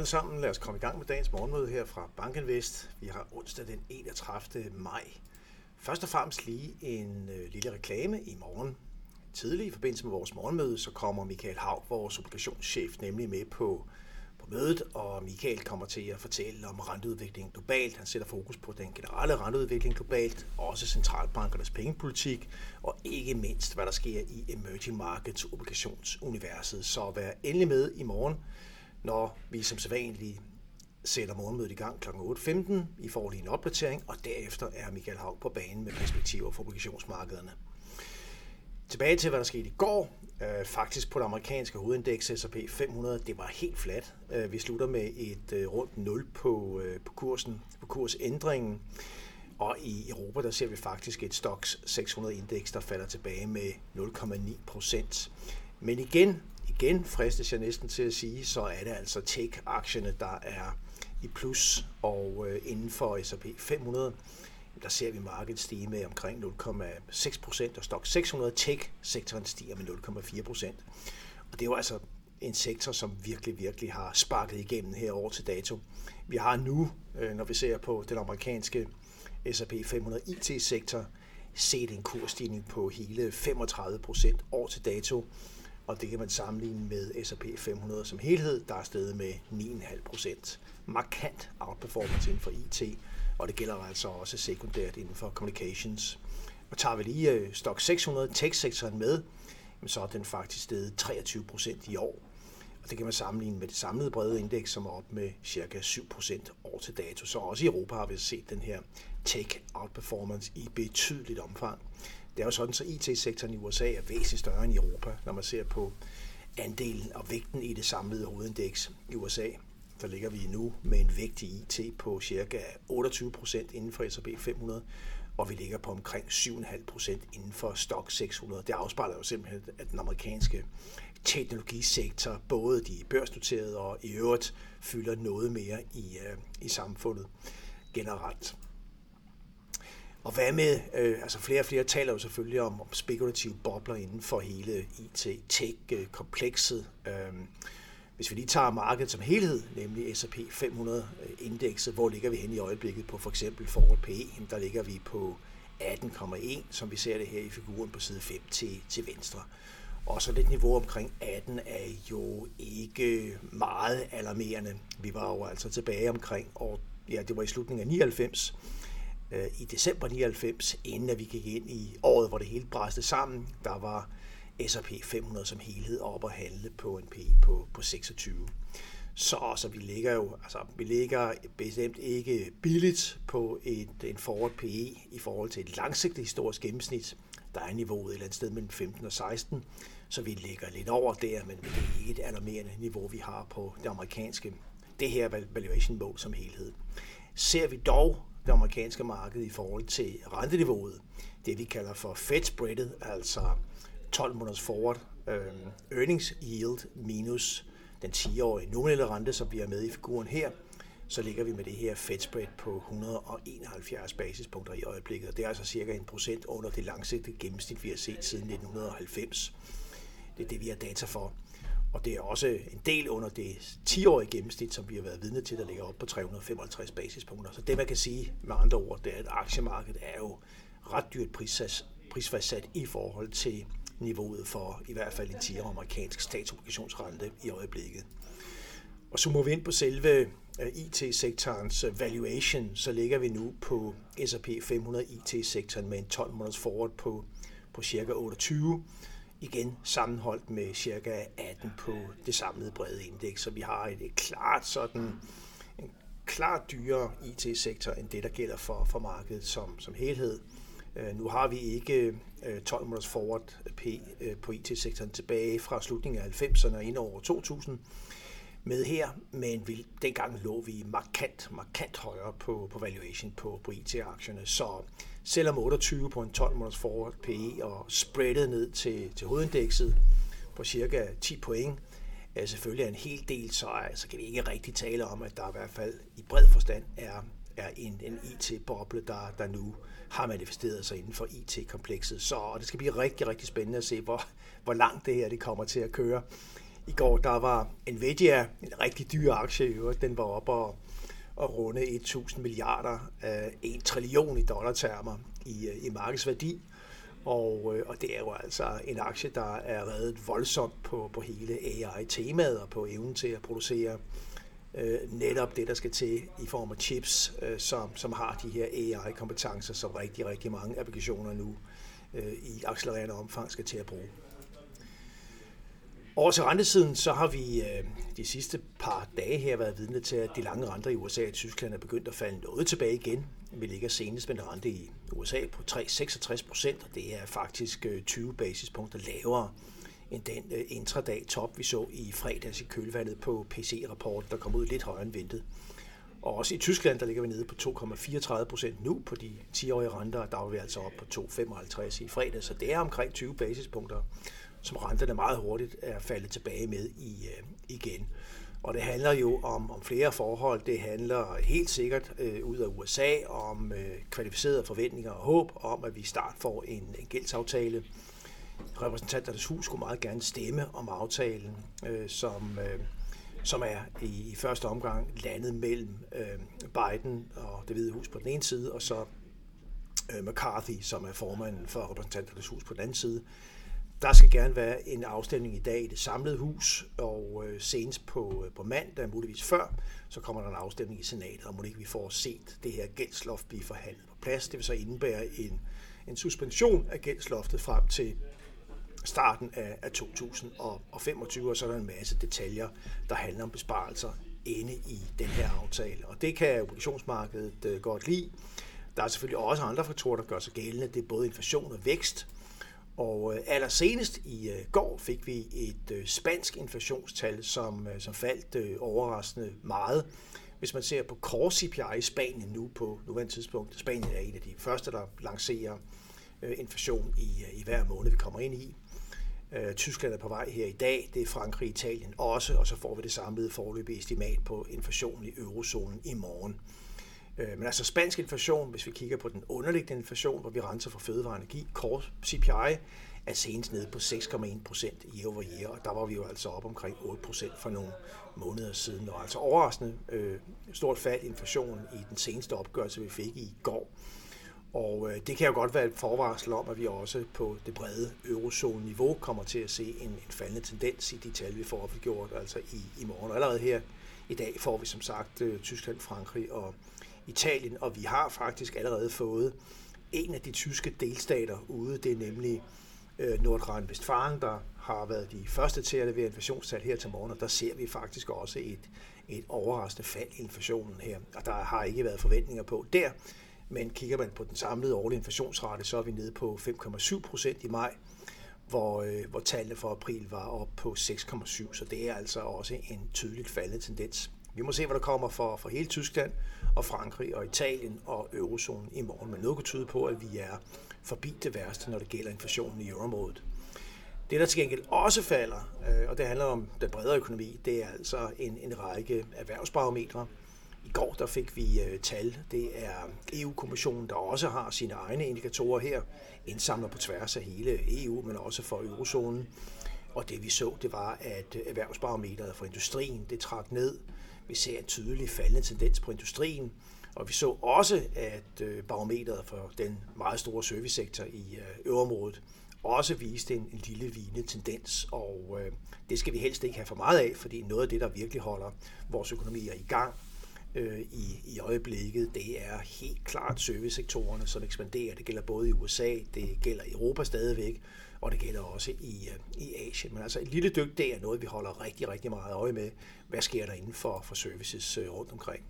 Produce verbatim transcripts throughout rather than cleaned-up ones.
alle sammen. Lad os komme i gang med dagens morgenmøde her fra BankInvest. Vi har onsdag den enogtredivte maj. Først og fremmest lige en øh, lille reklame i morgen. Tidlig i forbindelse med vores morgenmøde, så kommer Michael Haug, vores obligationschef, nemlig med på, på mødet, og Michael kommer til at fortælle om renteudviklingen globalt. Han sætter fokus på den generelle renteudvikling globalt, også centralbankernes pengepolitik, og ikke mindst, hvad der sker i emerging markets obligationsuniverset. Så vær endelig med i morgen, når vi som sædvanligt sætter morgenmødet i gang klokken otte femten. I får lige en opdatering, og derefter er Michael Haug på banen med perspektiver for obligationsmarkederne. Tilbage til, hvad der skete i går. Øh, faktisk på det amerikanske hovedindeks S og P fem hundrede, det var helt fladt. Øh, vi slutter med et øh, rundt nul på, øh, på kursen, på kursændringen. Og i Europa, der ser vi faktisk et Stoxx seks hundrede indeks, der falder tilbage med nul komma ni procent. Men igen, igen fristes jeg næsten til at sige, så er det altså tech-aktierne, der er i plus, og øh, inden for S og P fem hundrede, der ser vi markedet stige med omkring nul komma seks procent, og Stoxx seks hundrede tech-sektoren stiger med nul komma fire procent. Og det er jo altså en sektor, som virkelig, virkelig har sparket igennem her over til dato. Vi har nu, når vi ser på den amerikanske S og P fem hundrede I T-sektor, set en kursstigning på hele femogtredive procent år til dato, og det kan man sammenligne med S og P fem hundrede som helhed, der er steget med ni komma fem procent. Markant outperformance inden for I T, og det gælder altså også sekundært inden for communications. Og tager vi lige Stoxx seks hundrede tech-sektoren med, så er den faktisk steget treogtyve procent i år. Og det kan man sammenligne med det samlede brede indeks, som er op med cirka syv procent år til dato. Så også i Europa har vi set den her tech-outperformance i betydeligt omfang. Det er jo sådan, så I T-sektoren i U S A er væsentligt større end i Europa, når man ser på andelen og vægten i det samlede hovedindeks i U S A. Der ligger vi nu med en vægt i I T på ca. otteogtyve procent inden for S og P fem hundrede, og vi ligger på omkring syv komma fem procent inden for Stoxx seks hundrede. Det afspejler jo simpelthen, at den amerikanske teknologisektor, både de børsnoterede og i øvrigt, fylder noget mere i, uh, i samfundet generelt. Og hvad med, øh, altså flere og flere taler jo selvfølgelig om, om spekulative bobler inden for hele I T-tech-komplekset. Øh, Hvis vi lige tager markedet som helhed, nemlig S og P fem hundrede indekset, hvor ligger vi hen i øjeblikket på for eksempel forward P E? Der ligger vi på atten komma en, som vi ser det her i figuren på side fem til, til venstre. Og så det niveau omkring atten er jo ikke meget alarmerende. Vi var jo altså tilbage omkring, og ja, det var i slutningen af nioghalvfems, øh, i december nioghalvfems, inden at vi gik ind i året, hvor det hele brændte sammen. Der var S og P fem hundrede som helhed op og handle på en P E på, på seksogtyve. Så, så vi ligger jo, altså vi ligger bestemt ikke billigt på et, en forward P E i forhold til et langsigtet historisk gennemsnit. Der er niveauet et eller andet sted mellem femten og seksten, så vi ligger lidt over der, men det er ikke et alarmerende niveau, vi har på det amerikanske, det her valuation mål som helhed. Ser vi dog det amerikanske marked i forhold til renteniveauet, det vi kalder for Fed spreadet, altså tolv måneders forward øh, earnings yield minus den ti-årige nominelle rente, som vi er med i figuren her, så ligger vi med det her Fed spread på et hundrede og enoghalvfjerds basispunkter i øjeblikket, og det er altså cirka en procent under det langsigtede gennemsnit, vi har set siden nitten halvfems. Det er det, vi har data for, og det er også en del under det ti-årige gennemsnit, som vi har været vidne til, der ligger op på tre hundrede og femoghalvtreds basispunkter. Så det, man kan sige med andre ord, det er, at aktiemarkedet er jo ret dyrt prisfastsat i forhold til niveauet for i hvert fald en ti-årig amerikansk statsobligationsrente i øjeblikket. Og zoomer vi ind på selve I T-sektorens valuation, så ligger vi nu på S og P fem hundrede I T-sektoren med en tolv måneders forward på, på cirka otteogtyve. Igen sammenholdt med cirka atten på det samlede brede indeks, så vi har et, et klart sådan en klart dyrere I T-sektor end det, der gælder for, for markedet som, som helhed. Uh, nu har vi ikke uh, tolv måneders forward P uh, på I T-sektoren tilbage fra slutningen af halvfemserne og ind over to tusind med her, men vi, dengang lå vi markant, markant højere på, på valuation på, på I T-aktierne. Så selvom otteogtyve på en tolv måneders forward P E og spreadet ned til, til hovedindekset på cirka ti point, er selvfølgelig en hel del, så altså, kan vi ikke rigtig tale om, at der i hvert fald i bred forstand er, er en, en I T-boble, der, der nu har manifesteret sig inden for I T-komplekset. Så det skal blive rigtig, rigtig spændende at se, hvor, hvor langt det her det kommer til at køre I går der var Nvidia, en rigtig dyr aktie i øvrigt, den var oppe og, og runde tusind milliarder, en trillion i dollartermer i, i markedsværdi. Og, og det er jo altså en aktie, der er reddet voldsomt på, på hele A I-temaet og på evnen til at producere øh, netop det, der skal til i form af chips, øh, som, som har de her A I-kompetencer, som rigtig, rigtig mange applikationer nu øh, i accelererende omfang skal til at bruge. Over til rentesiden, så har vi øh, de sidste par dage her været vidne til, at de lange renter i U S A og Tyskland er begyndt at falde noget tilbage igen. Vi ligger senest med en rente i U S A på tre komma seksogtres procent, og det er faktisk tyve basispunkter lavere end den øh, intradag-top, vi så i fredags i kølvandet på P C E-rapporten, der kom ud lidt højere end ventet. Og også i Tyskland, der ligger vi nede på to komma fireogtredive procent nu på de ti-årige renter, og der var vi altså op på to komma femoghalvtreds i fredags, så det er omkring tyve basispunkter, som renterne meget hurtigt er faldet tilbage med i, øh, igen. Og det handler jo om, om flere forhold. Det handler helt sikkert øh, ud af U S A om øh, kvalificerede forventninger og håb om, at vi snart får en, en gældsaftale. Repræsentanternes hus skulle meget gerne stemme om aftalen, øh, som, øh, som er i, i første omgang landet mellem øh, Biden og Det Hvide Hus på den ene side, og så øh, McCarthy, som er formanden for Repræsentanternes hus på den anden side. Der skal gerne være en afstemning i dag i det samlede hus, og øh, senest på, på mandag, muligvis før, så kommer der en afstemning i senatet, og må ikke vi får set det her gældsloft blive forhandlet på plads. Det vil så indebære en, en suspension af gældsloftet frem til starten af, af to tusind og femogtyve, og så er der en masse detaljer, der handler om besparelser inde i den her aftale. Og det kan obligationsmarkedet øh, godt lide. Der er selvfølgelig også andre faktorer, der gør sig gældende. Det er både inflation og vækst. Og allersenest i går fik vi et spansk inflationstal, som, som faldt overraskende meget. Hvis man ser på core C P I i Spanien nu på nuværende tidspunkt, Spanien er en af de første, der lancerer inflation i, i hver måned, vi kommer ind i. Tyskland er på vej her i dag, det er Frankrig, Italien også, og så får vi det samlede foreløbige estimat på inflationen i eurozonen i morgen. Men altså spansk inflation, hvis vi kigger på den underliggende inflation, hvor vi renser for fødevare og energi, core C P I, er senest nede på seks komma en procent i over year, og der var vi jo altså op omkring otte procent for nogle måneder siden. Og altså overraskende øh, stort fald i inflationen i den seneste opgørelse, vi fik i går. Og øh, det kan jo godt være et forvarsel om, at vi også på det brede eurozone-niveau kommer til at se en, en faldende tendens i de tal, vi får offentliggjort altså i, i morgen. Og allerede her i dag får vi som sagt øh, Tyskland, Frankrig og Italien, og vi har faktisk allerede fået en af de tyske delstater ude, det er nemlig øh, Nordrhein-Westfalen, der har været de første til at levere inflationstal her til morgen, og der ser vi faktisk også et, et overraskende fald i inflationen her, og der har ikke været forventninger på der, men kigger man på den samlede årlige inflationsrate, så er vi nede på fem komma syv procent i maj, hvor, øh, hvor tallene for april var op på seks komma syv, så det er altså også en tydeligt faldende tendens. Vi må se, hvad der kommer for, for hele Tyskland og Frankrig og Italien og eurozonen i morgen. Men noget kan tyde på, at vi er forbi det værste, når det gælder inflationen i euroområdet. Det, der til gengæld også falder, og det handler om den bredere økonomi, det er altså en, en række erhvervsbarometre. I går der fik vi uh, tal. Det er E U-kommissionen, der også har sine egne indikatorer her, indsamler på tværs af hele E U, men også for eurozonen. Og det vi så, det var, at erhvervsbarometeret for industrien, det trak ned. Vi ser en tydelig faldende tendens på industrien, og vi så også, at barometeret for den meget store servicesektor i øvrigt også viste en, en lille vigende tendens, og øh, det skal vi helst ikke have for meget af, fordi noget af det, der virkelig holder vores økonomier i gang øh, i, i øjeblikket, det er helt klart servicesektorerne, som ekspanderer. Det gælder både i U S A, det gælder i Europa stadigvæk, og det gælder også i, i Asien. Men altså et lille dyk, det er noget, vi holder rigtig, rigtig meget øje med. Hvad sker der inden for, for services øh, rundt omkring?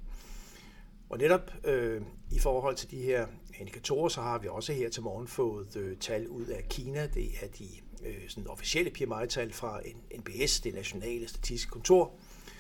Og netop øh, i forhold til de her indikatorer, så har vi også her til morgen fået øh, tal ud af Kina. Det er de øh, sådan officielle P M I-tal fra N B S, det nationale statistiske kontor,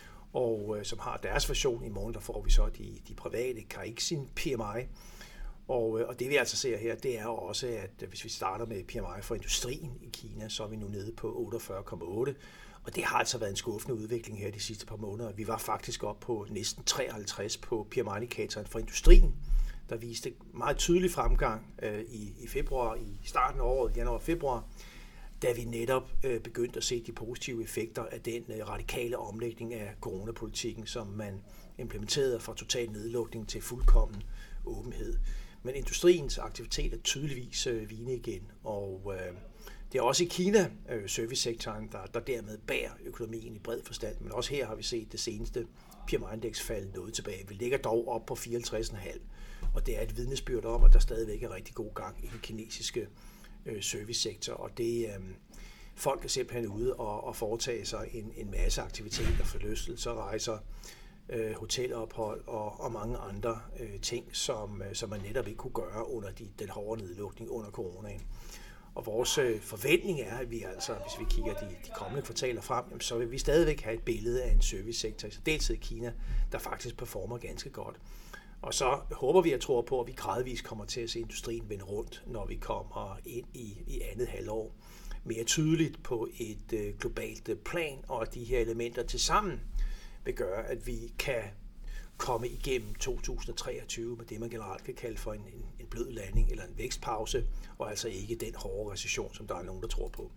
og øh, som har deres version. I morgen der får vi så de, de private Caixin P M I. Og, og det vi altså ser her, det er også, at hvis vi starter med P M I for industrien i Kina, så er vi nu nede på otteogfyrre komma otte. Og det har altså været en skuffende udvikling her de sidste par måneder. Vi var faktisk op på næsten treoghalvtreds på P M I-indikatoren for industrien, der viste meget tydelig fremgang øh, i, i februar, i starten af året, januar og februar. da vi netop øh, begyndte at se de positive effekter af den øh, radikale omlægning af coronapolitikken, som man implementerede fra total nedlukning til fuldkommen åbenhed. Men industriens aktivitet er tydeligvis øh, vigende igen, og øh, det er også i Kina, øh, servicesektoren, der, der dermed bærer økonomien i bred forstand, men også her har vi set det seneste P M I-indeks falde noget tilbage. Vi ligger dog op på fireoghalvtreds komma fem, og det er et vidnesbyrd om, at der stadigvæk er rigtig god gang i den kinesiske øh, servicesektor, og det øh, folk er simpelthen ude og, og foretage sig en, en masse aktiviteter, forlystelser, rejser, øh, hotelophold og, og mange andre øh, ting, som, øh, som man netop ikke kunne gøre under de, den hårde nedlukning under coronaen. Og vores øh, forventning er, at vi altså, hvis vi kigger de, de kommende kvartaler frem, jamen, så vil vi stadigvæk have et billede af en servicesektor, i særdeleshed i Kina, der faktisk performer ganske godt. Og så håber vi og tror på, at vi gradvist kommer til at se industrien vende rundt, når vi kommer ind i, i andet halvår. Mere tydeligt på et øh, globalt plan, og at de her elementer til sammen vil gøre, at vi kan komme igennem to tusind treogtyve med det, man generelt kan kalde for en, en, en blød landing eller en vækstpause, og altså ikke den hårde recession, som der er nogen, der tror på.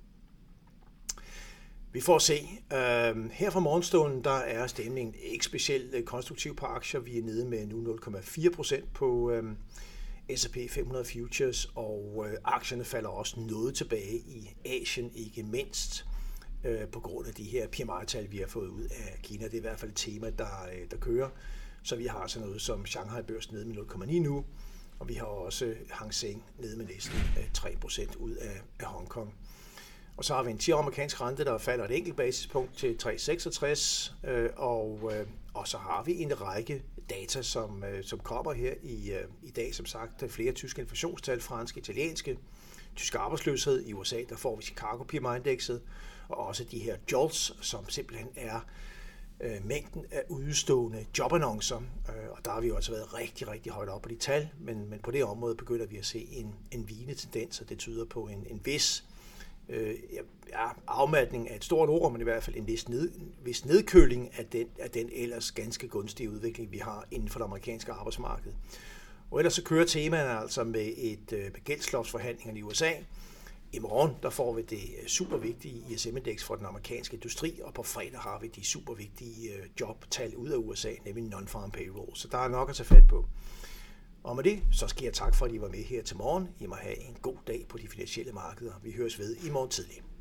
Vi får se. Uh, her fra morgenstunden, der er stemningen ikke specielt konstruktiv på aktier. Vi er nede med nu nul komma fire procent på um, S og P fem hundrede Futures, og uh, aktierne falder også noget tilbage i Asien, ikke mindst uh, på grund af de her P M I-tal, vi har fået ud af Kina. Det er i hvert fald et tema, der, uh, der kører. Så vi har sådan noget som Shanghai-børs nede med nul komma ni nu, og vi har også Hang Seng nede med næsten tre procent ud af, af Hongkong. Og så har vi en ti-årig amerikansk rente, der falder et enkelt basispunkt til tre komma seksogtres, øh, og, øh, og så har vi en række data, som, øh, som kommer her i, øh, i dag, som sagt, flere tyske inflationstal, franske, italienske, tysk arbejdsløshed i U S A, der får vi Chicago P M I-indekset, og også de her jolts, som simpelthen er øh, mængden af udstående jobannoncer, øh, og der har vi jo altså været rigtig, rigtig højt op på de tal, men, men på det område begynder vi at se en, en vigende tendens, og det tyder på en, en vis Øh, ja, afmatning af et stort ord, men i hvert fald en vis, ned, vis nedkøling af den, af den ellers ganske gunstige udvikling, vi har inden for det amerikanske arbejdsmarked. Og ellers så kører temaerne altså med et øh, med gældsloftsforhandlingerne i U S A. I morgen der får vi det super vigtige I S M-indeks for den amerikanske industri, og på fredag har vi de super vigtige øh, jobtal ud af U S A, nemlig non-farm payroll. Så der er nok at tage fat på. Og med det, så skal jeg takke for, at I var med her til morgen. I må have en god dag på de finansielle markeder. Vi høres ved i morgen tidlig.